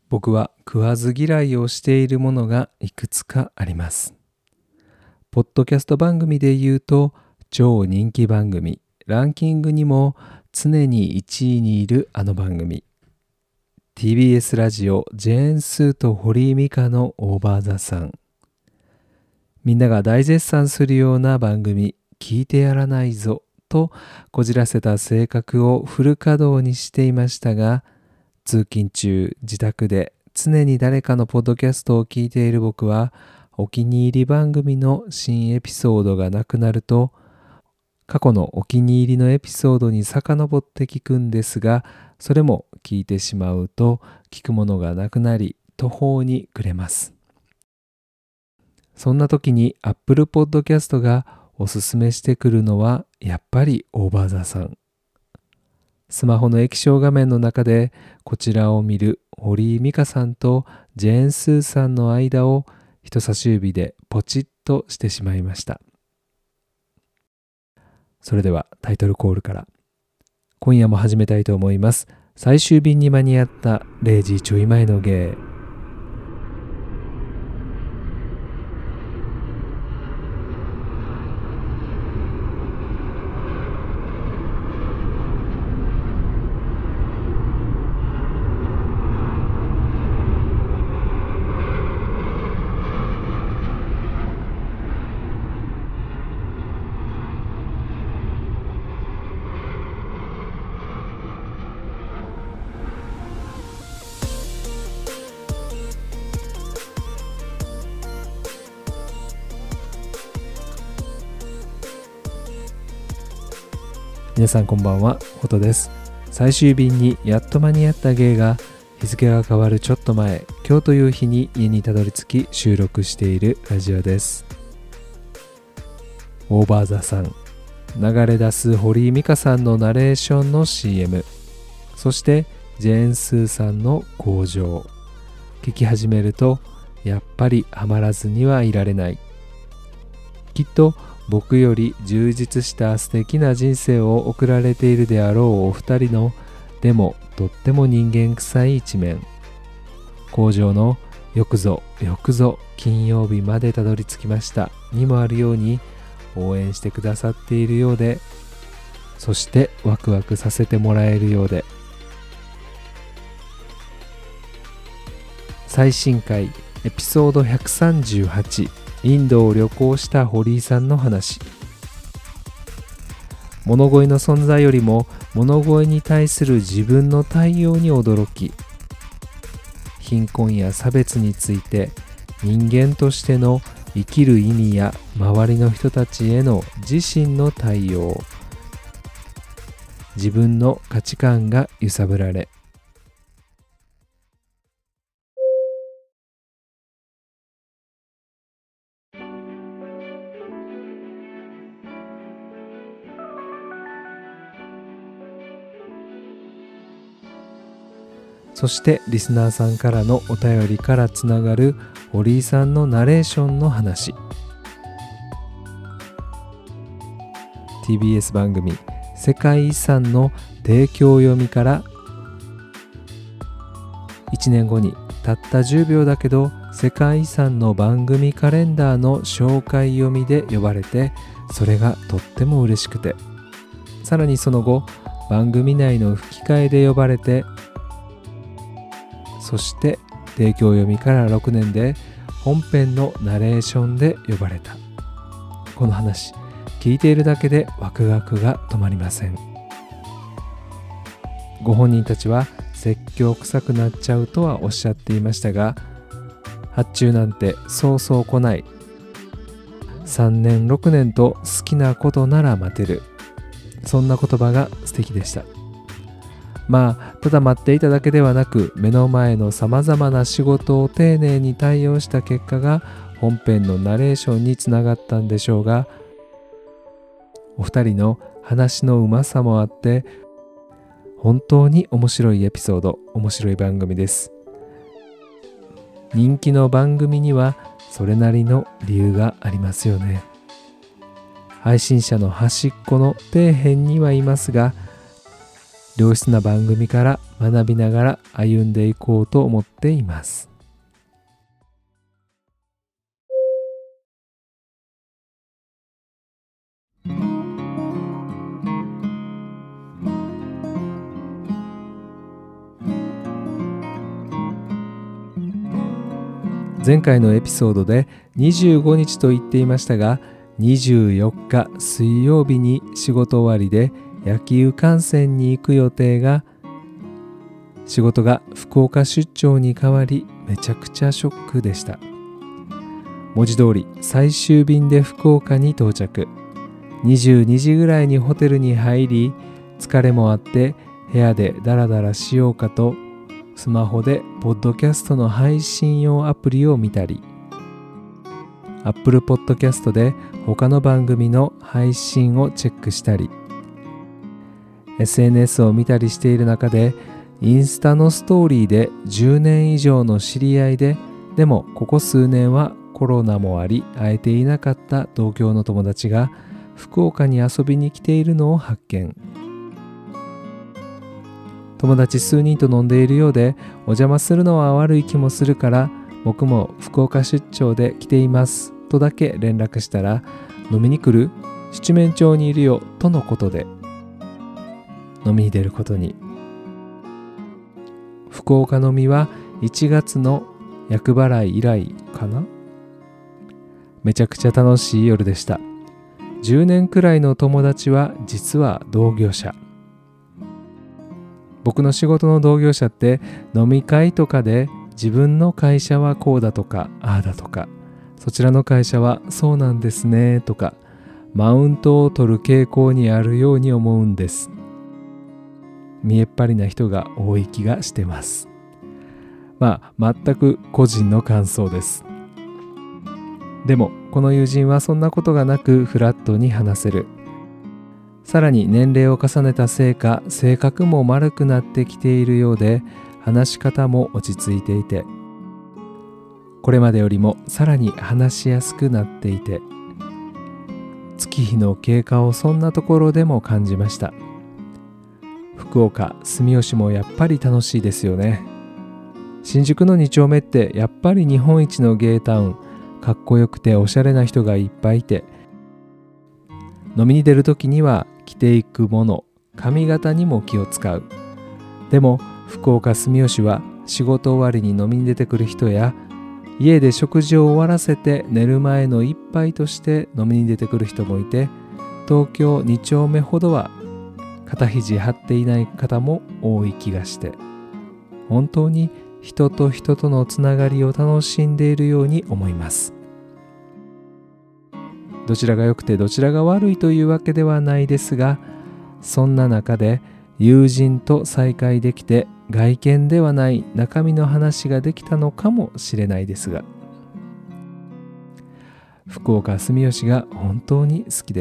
僕は食わず嫌いをしているものがいくつかあります。ポッドキャスト番組で言うと、超人気番組、ランキングにも常に1位にいるあの番組。TBS ラジオジェーン・スーと堀井美香のオーバーザさん。みんなが大絶賛するような番組、聞いてやらないぞとこじらせた性格をフル稼働にしていましたが、通勤中、自宅で常に誰かのポッドキャストを聞いている僕は、お気に入り番組の新エピソードがなくなると、過去のお気に入りのエピソードに遡って聞くんですが、それも聞いてしまうと聞くものがなくなり、途方に暮れます。そんな時に Apple Podcast がおすすめしてくるのはやっぱりオーバーザさん。スマホの液晶画面の中でこちらを見る堀井美香さんとジェーン・スーさんの間を人差し指でポチッとしてしまいました。それではタイトルコールから今夜も始めたいと思います。最終便に間に合った0時ちょい前の芸。皆さんこんばんは、ホトです。最終便にやっと間に合った芸が日付が変わるちょっと前、今日という日に家にたどり着き収録しているラジオです。オーバーザさん、流れ出す堀井美香さんのナレーションの CM、 そしてジェーン・スーさんの口上。聞き始めるとやっぱりハマらずにはいられない。きっと僕より充実した素敵な人生を送られているであろうお二人の、でもとっても人間臭い一面。口上のよくぞよくぞ金曜日までたどり着きましたにもあるように、応援してくださっているようで、そしてワクワクさせてもらえるようで。最新回エピソード138、インドを旅行した堀井さんの話。物乞いの存在よりも物乞いに対する自分の対応に驚き、貧困や差別について人間としての生きる意味や周りの人たちへの自身の対応、自分の価値観が揺さぶられ、そしてリスナーさんからのお便りからつながる堀井さんのナレーションの話。 TBS 番組世界遺産の提供読みから1年後にたった10秒だけど世界遺産の番組カレンダーの紹介読みで呼ばれて、それがとっても嬉しくて、さらにその後番組内の吹き替えで呼ばれて、そして提供読みから6年で本編のナレーションで呼ばれた。この話聞いているだけでワクワクが止まりません。ご本人たちは説教臭くなっちゃうとはおっしゃっていましたが、発注なんてそうそう来ない。3年6年と好きなことなら待てる。そんな言葉が素敵でした。まあただ待っていただけではなく、目の前のさまざまな仕事を丁寧に対応した結果が本編のナレーションにつながったんでしょうが、お二人の話のうまさもあって本当に面白いエピソード、面白い番組です。人気の番組にはそれなりの理由がありますよね。配信者の端っこの底辺にはいますが、 良質な番組から学びながら歩んでいこうと思っています。前回のエピソードで25日と言っていましたが、24日水曜日に仕事終わりで野球観戦に行く予定が、仕事が福岡出張に変わり、めちゃくちゃショックでした。文字通り最終便で福岡に到着。22時ぐらいにホテルに入り、疲れもあって部屋でダラダラしようかとスマホでポッドキャストの配信用アプリを見たり、Apple Podcast で他の番組の配信をチェックしたり、SNS を見たりしている中で、インスタのストーリーで10年以上の知り合いで、でもここ数年はコロナもあり会えていなかった同郷の友達が福岡に遊びに来ているのを発見。友達数人と飲んでいるようで、お邪魔するのは悪い気もするから僕も福岡出張で来ていますとだけ連絡したら、飲みに来る？七面鳥にいるよとのことで飲みに出ることに。福岡飲みは1月の厄払い以来かな。めちゃくちゃ楽しい夜でした。10年くらいの友達は実は同業者。僕の仕事の同業者って飲み会とかで、自分の会社はこうだとかああだとか、そちらの会社はそうなんですねとか、マウントを取る傾向にあるように思うんです。見えっ張りな人が多い気がしてます。全く個人の感想です。でもこの友人はそんなことがなくフラットに話せる。さらに年齢を重ねたせいか、性格も丸くなってきているようで、話し方も落ち着いていて、これまでよりもさらに話しやすくなっていて、月日の経過をそんなところでも感じました。福岡住吉もやっぱり楽しいですよね。新宿の2丁目ってやっぱり日本一のゲイタウン。かっこよくておしゃれな人がいっぱいいて、飲みに出るときには着ていくもの、髪型にも気を使う。でも福岡住吉は仕事終わりに飲みに出てくる人や、家で食事を終わらせて寝る前の一杯として飲みに出てくる人もいて、東京2丁目ほどは肩肘張っていない方も多い気がして、本当に人と人とのつながりを楽しんでいるように思います。どちらが良くてどちらが悪いというわけではないですが、そんな中で友人と再会できて、外見ではない中身の話ができたのかもしれないですが、福岡住吉が本当に好きです。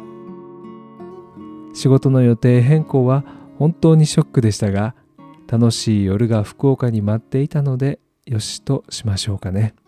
仕事の予定変更は本当にショックでしたが、楽しい夜が福岡に待っていたのでよしとしましょうかね。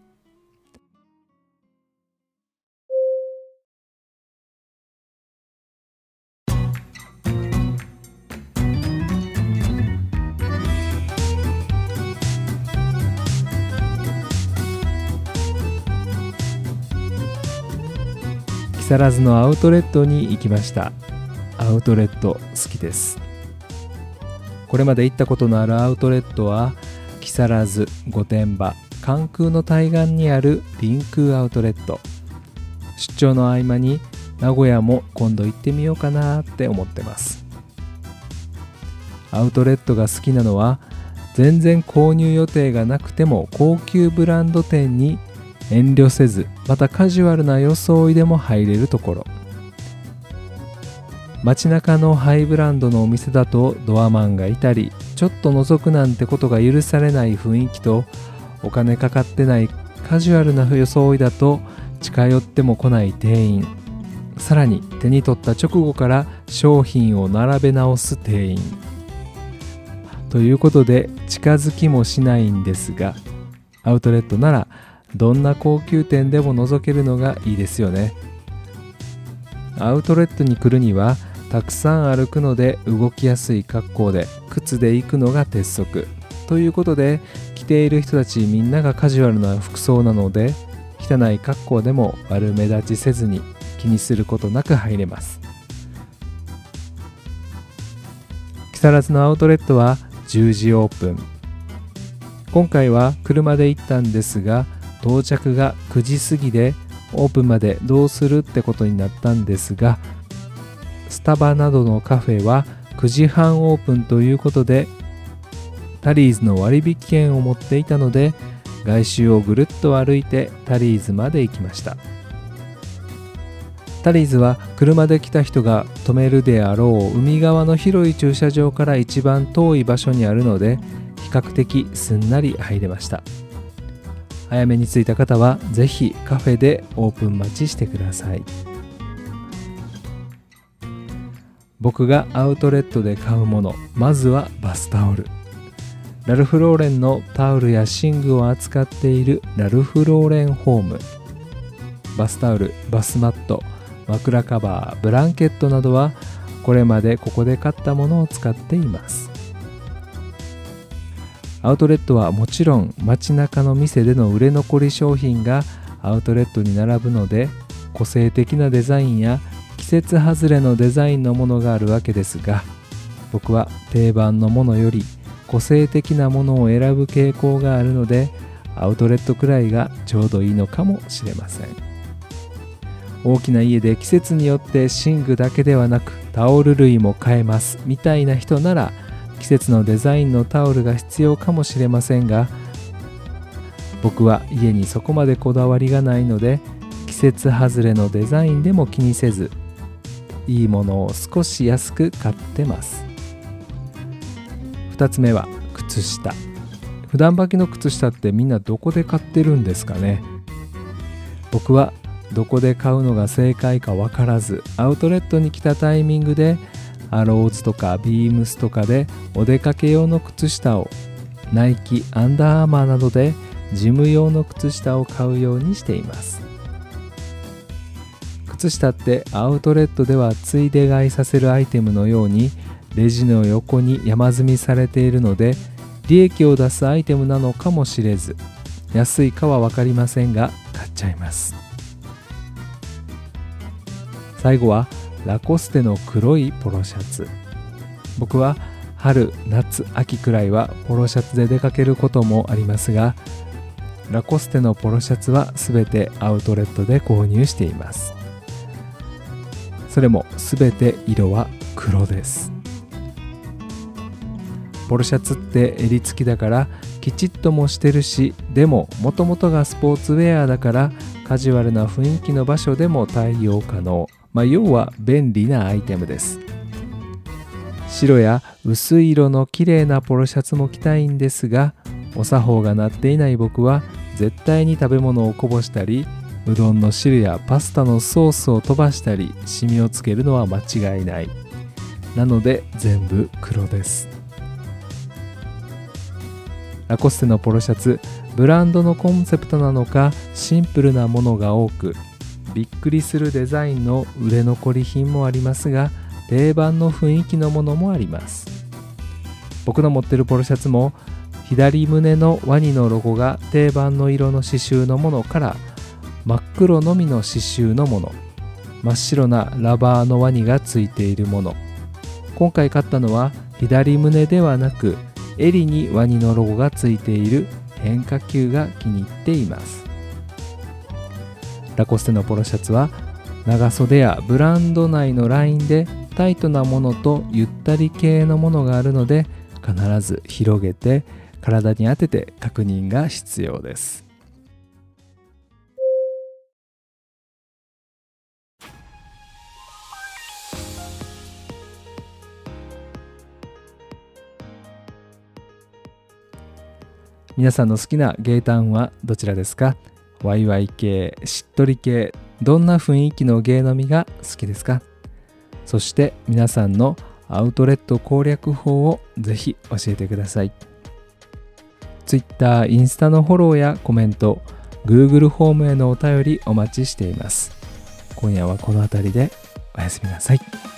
木更津のアウトレットに行きました。アウトレット好きです。これまで行ったことのあるアウトレットは、木更津、御殿場、関空の対岸にあるリンクアウトレット。出張の合間に名古屋も今度行ってみようかなって思ってます。アウトレットが好きなのは、全然購入予定がなくても高級ブランド店に遠慮せず、またカジュアルな装いでも入れるところ。街中のハイブランドのお店だとドアマンがいたり、ちょっと覗くなんてことが許されない雰囲気と、お金かかってないカジュアルな装いだと近寄っても来ない店員、さらに手に取った直後から商品を並べ直す店員ということで、近づきもしないんですが、アウトレットならどんな高級店でも覗けるのがいいですよね。アウトレットに来るにはたくさん歩くので動きやすい格好で靴で行くのが鉄則ということで、着ている人たちみんながカジュアルな服装なので、汚い格好でも悪目立ちせずに気にすることなく入れます。木更津のアウトレットは10時オープン。今回は車で行ったんですが、到着が9時過ぎでオープンまでどうするってことになったんですが、スタバなどのカフェは9時半オープンということで、タリーズの割引券を持っていたので、外周をぐるっと歩いてタリーズまで行きました。タリーズは車で来た人が止めるであろう海側の広い駐車場から一番遠い場所にあるので、比較的すんなり入れました。早めに着いた方はぜひカフェでオープン待ちしてください。僕がアウトレットで買うもの、まずはバスタオル。ラルフローレンのタオルや寝具を扱っているラルフローレンホーム。バスタオル、バスマット、枕カバー、ブランケットなどはこれまでここで買ったものを使っています。アウトレットはもちろん街中の店での売れ残り商品がアウトレットに並ぶので、個性的なデザインや季節外れのデザインのものがあるわけですが、僕は定番のものより個性的なものを選ぶ傾向があるので、アウトレットくらいがちょうどいいのかもしれません。大きな家で季節によって寝具だけではなくタオル類も買えますみたいな人なら、季節のデザインのタオルが必要かもしれませんが、僕は家にそこまでこだわりがないので、季節外れのデザインでも気にせず、いいものを少し安く買ってます。2つ目は靴下。普段履きの靴下ってみんなどこで買ってるんですかね。僕はどこで買うのが正解か分からず、アウトレットに来たタイミングでアローズとかビームスとかでお出かけ用の靴下を、ナイキ、アンダーアーマーなどでジム用の靴下を買うようにしています。靴下ってアウトレットではついで買いさせるアイテムのようにレジの横に山積みされているので、利益を出すアイテムなのかもしれず、安いかは分かりませんが買っちゃいます。最後はラコステの黒いポロシャツ。僕は春、夏、秋くらいはポロシャツで出かけることもありますが、ラコステのポロシャツはすべてアウトレットで購入しています。それもすべて色は黒です。ポロシャツって襟付きだからきちっともしてるし、でももともとがスポーツウェアだからカジュアルな雰囲気の場所でも対応可能。要は便利なアイテムです。白や薄い色の綺麗なポロシャツも着たいんですが、お作法が鳴っていない僕は絶対に食べ物をこぼしたり、うどんの汁やパスタのソースを飛ばしたり、シミをつけるのは間違いない。なので全部黒です。ラコステのポロシャツ、ブランドのコンセプトなのかシンプルなものが多く、びっくりするデザインの売れ残り品もありますが、定番の雰囲気のものもあります。僕の持ってるポロシャツも左胸のワニのロゴが定番の色の刺繍のものから、真っ黒のみの刺繍のもの、真っ白なラバーのワニがついているもの、今回買ったのは左胸ではなく襟にワニのロゴがついている変化球が気に入っています。ラコステのポロシャツは長袖やブランド内のラインでタイトなものとゆったり系のものがあるので、必ず広げて体に当てて確認が必要です。皆さんの好きなゲータンはどちらですか？ワイワイ系、しっとり系、どんな雰囲気のゲー飲みが好きですか？そして皆さんのアウトレット攻略法をぜひ教えてください。Twitter、インスタのフォローやコメント、Google フォームへのお便りお待ちしています。今夜はこの辺りでおやすみなさい。